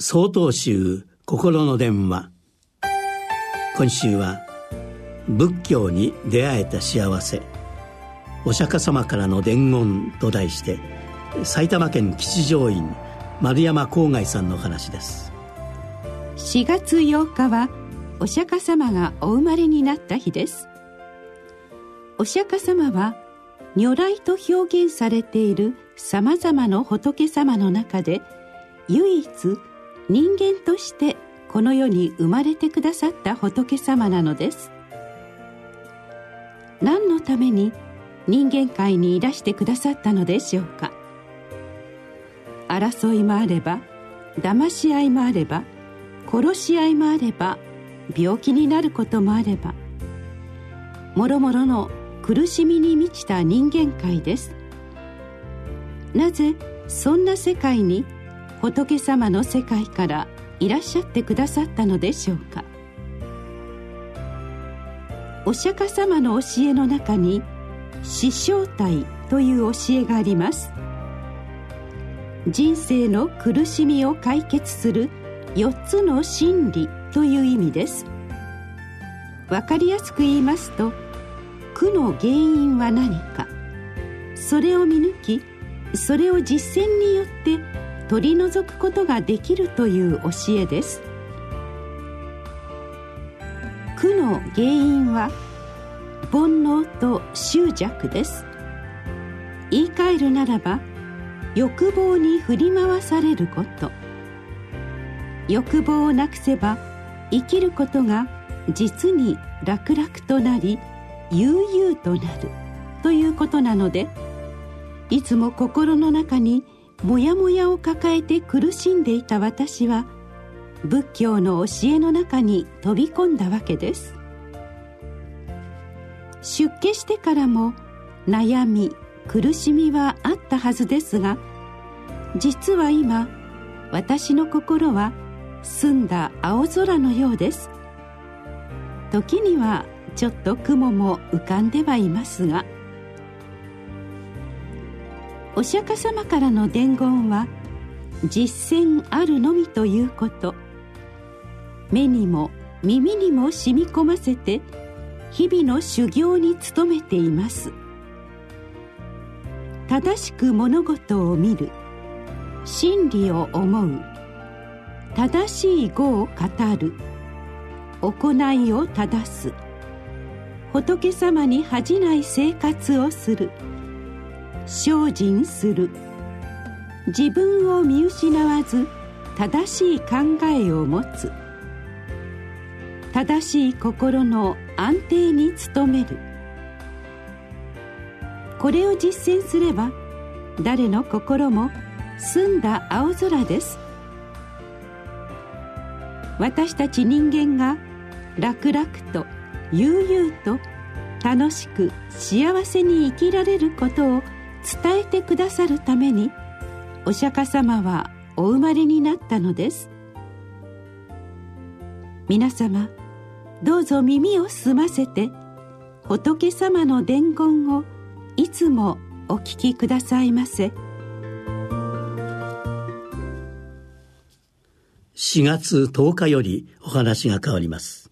曹洞宗心の電話。今週は仏教に出会えた幸せ、お釈迦様からの伝言と題して、埼玉県吉祥院丸山光外さんの話です。 4月8日はお釈迦様がお生まれになった日です。お釈迦様は如来と表現されているさまざまな仏様の中で唯一人間としてこの世に生まれてくださった仏様なのです。何のために人間界にいらしてくださったのでしょうか。争いもあれば、騙し合いもあれば、殺し合いもあれば、病気になることもあれば、もろもろの苦しみに満ちた人間界です。なぜそんな世界に仏様の世界からいらっしゃってくださったのでしょうか。お釈迦様の教えの中に四聖諦という教えがあります。人生の苦しみを解決する4つの真理という意味です。わかりやすく言いますと、苦の原因は何か、それを見抜き、それを実践によって取り除くことができるという教えです。苦の原因は煩悩と執着です。言い換えるならば、欲望に振り回されること。欲望をなくせば生きることが実に楽々となり、悠々となるということなので、いつも心の中にもやもやを抱えて苦しんでいた私は、仏教の教えの中に飛び込んだわけです。出家してからも悩み苦しみはあったはずですが、実は今私の心は澄んだ青空のようです。時にはちょっと雲も浮かんではいますが、お釈迦様からの伝言は実践あるのみということ、目にも耳にも染み込ませて日々の修行に努めています。正しく物事を見る、真理を思う、正しい語を語る、行いを正す、仏様に恥じない生活をする、精進する、自分を見失わず正しい考えを持つ、正しい心の安定に努める。これを実践すれば、誰の心も澄んだ青空です。私たち人間が楽々と悠々と楽しく幸せに生きられることを伝えてくださるために、お釈迦様はお生まれになったのです。皆様、どうぞ耳を澄ませて仏様の伝言をいつもお聞きくださいませ。 4月10日よりお話が変わります。